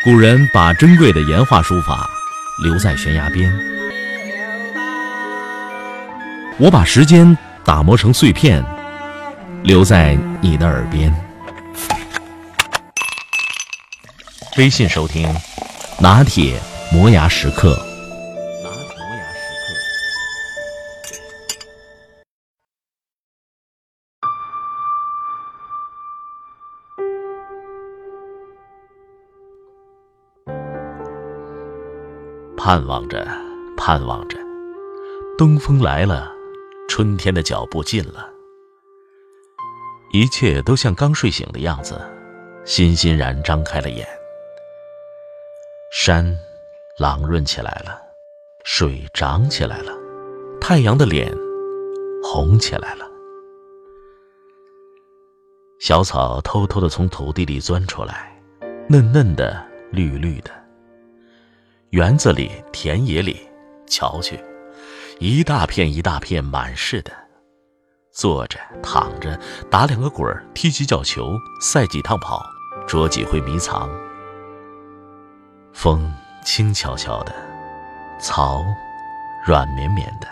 古人把珍贵的岩画书法留在悬崖边，我把时间打磨成碎片，留在你的耳边。微信收听拿铁磨牙时刻。盼望着，盼望着，东风来了，春天的脚步近了。一切都像刚睡醒的样子，欣欣然张开了眼。山朗润起来了，水涨起来了，太阳的脸红起来了。小草偷偷地从土地里钻出来，嫩嫩的，绿绿的。园子里，田野里，瞧去，一大片一大片满是的，坐着躺着，打2个滚，踢几脚球，赛几趟跑，捉几回迷藏。风轻悄悄的，草软绵绵的。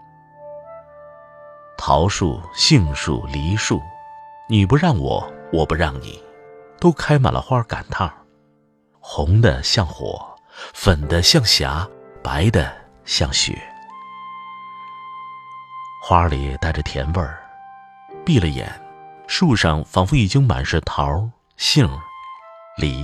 桃树、杏树、梨树，你不让我，我不让你，都开满了花赶趟，红的像火，粉的像霞，白的像雪。花里带着甜味儿，闭了眼，树上仿佛已经满是桃、杏、梨。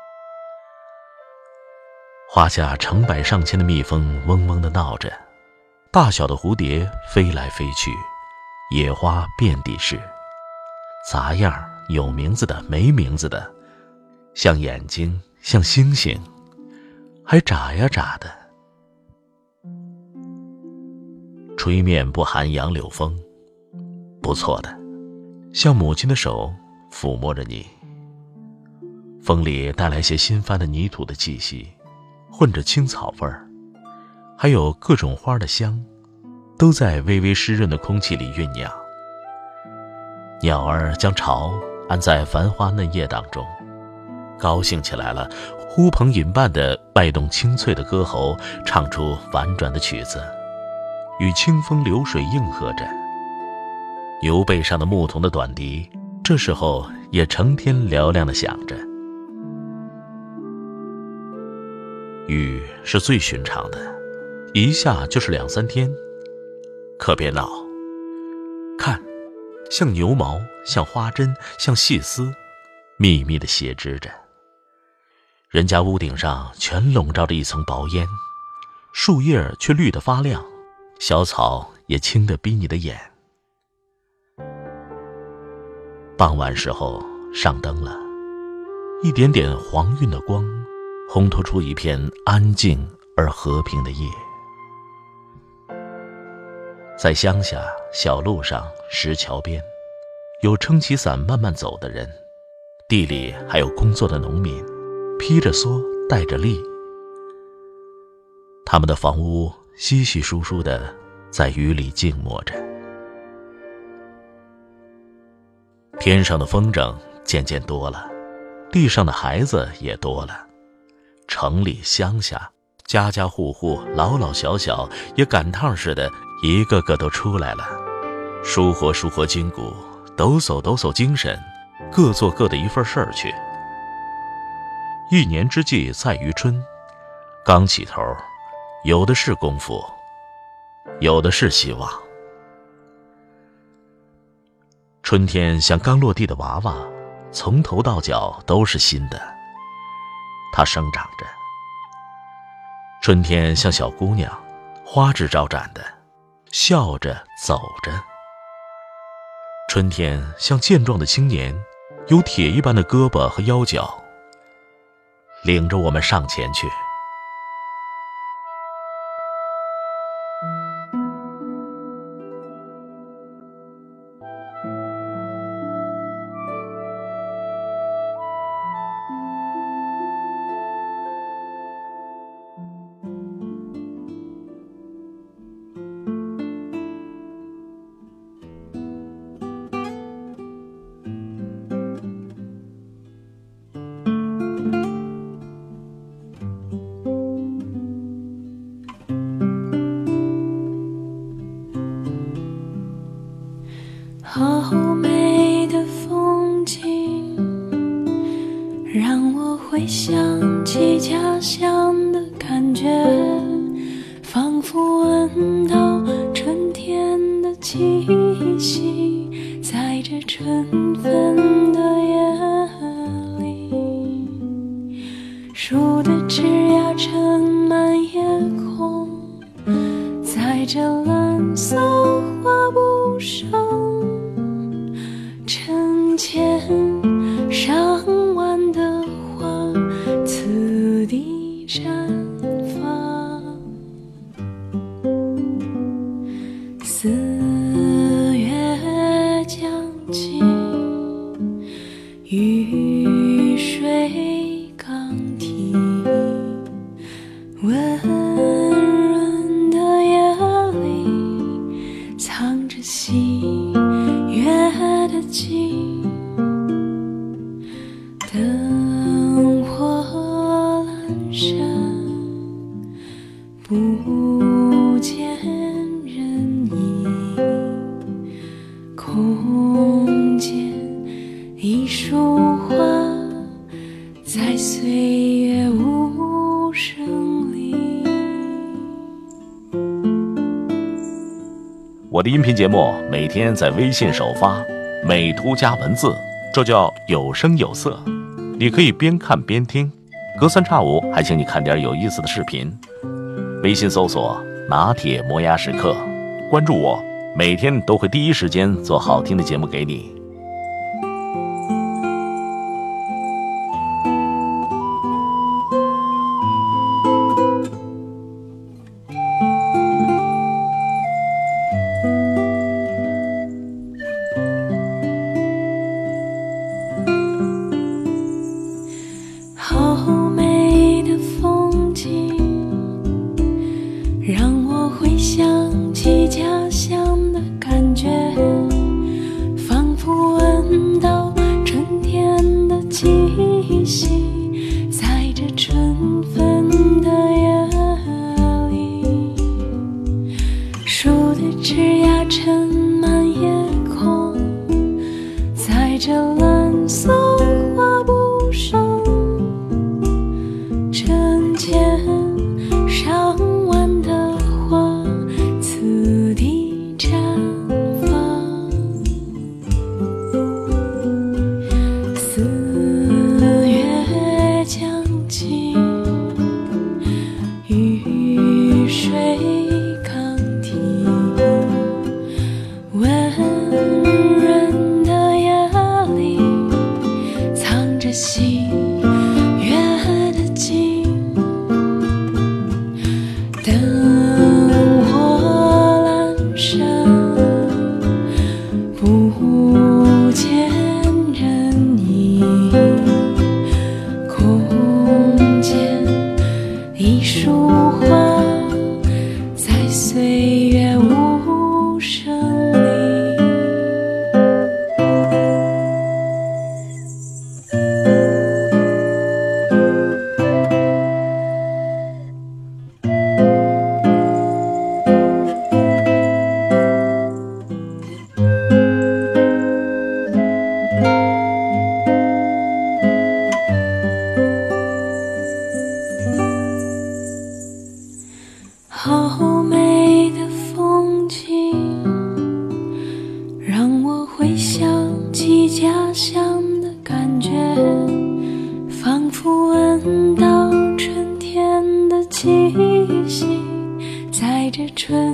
花下成百上千的蜜蜂嗡嗡地闹着，大小的蝴蝶飞来飞去，野花遍地是，杂样，有名字的没名字的，像眼睛，像星星，还眨呀眨的。吹面不寒杨柳风，不错的，像母亲的手抚摸着你。风里带来些新翻的泥土的气息，混着青草味儿，还有各种花的香，都在微微湿润的空气里酝酿。鸟儿将巢安在繁花嫩叶当中，高兴起来了，呼朋引伴地摆动清脆的歌喉，唱出婉转的曲子，与清风流水应和着。牛背上的牧童的短笛，这时候也成天嘹亮地响着。雨是最寻常的，一下就是2、3天，可别闹。看，像牛毛，像花针，像细丝，密密地斜织着。人家屋顶上全笼罩着一层薄烟，树叶却绿得发亮，小草也青得逼你的眼。傍晚时候上灯了，一点点黄晕的光，烘托出一片安静而和平的夜。在乡下小路上、石桥边，有撑起伞慢慢走的人，地里还有工作的农民，披着蓑带着笠。他们的房屋稀稀疏疏地在雨里静默着。天上的风筝渐渐多了，地上的孩子也多了。城里乡下，家家户户老老小小也赶趟似的，一个个都出来了，舒活舒活筋骨，抖擞抖擞精神，各做各的一份事儿去。一年之计在于春，刚起头，有的是功夫，有的是希望。春天像刚落地的娃娃，从头到脚都是新的，它生长着。春天像小姑娘，花枝招展的，笑着走着。春天像健壮的青年，有铁一般的胳膊和腰脚，领着我们上前去。 会想起家乡的感觉，仿佛闻到春天的气息，在这春分的夜里，树的枝桠撑满夜空，在这蓝色画布上成千上万的花，次第绽放。4月将近，雨水刚停，温润的夜里藏着喜悦的景，灯火阑珊，不见人影，空间一束花，在岁月无声里。 我的音频节目每天在微信首发，美图加文字，这叫有声有色。你可以边看边听，隔三差五还请你看点有意思的视频。微信搜索拿铁磨牙时刻，关注我，每天都会第一时间做好听的节目给你。 好美的风景，让我回想起家乡的感觉，仿佛闻到春天的气息，在这春分的夜里，树的枝桠撑满夜空，在这蓝色画布上成千上万的花，次第绽放。4月将近，雨水刚停，温润的夜里藏着喜悦的景，灯火阑珊，不见人影，空间一束花，在岁月无声里。好美的风景，让我回想起家乡的感觉，仿佛闻到春天的气息，在这春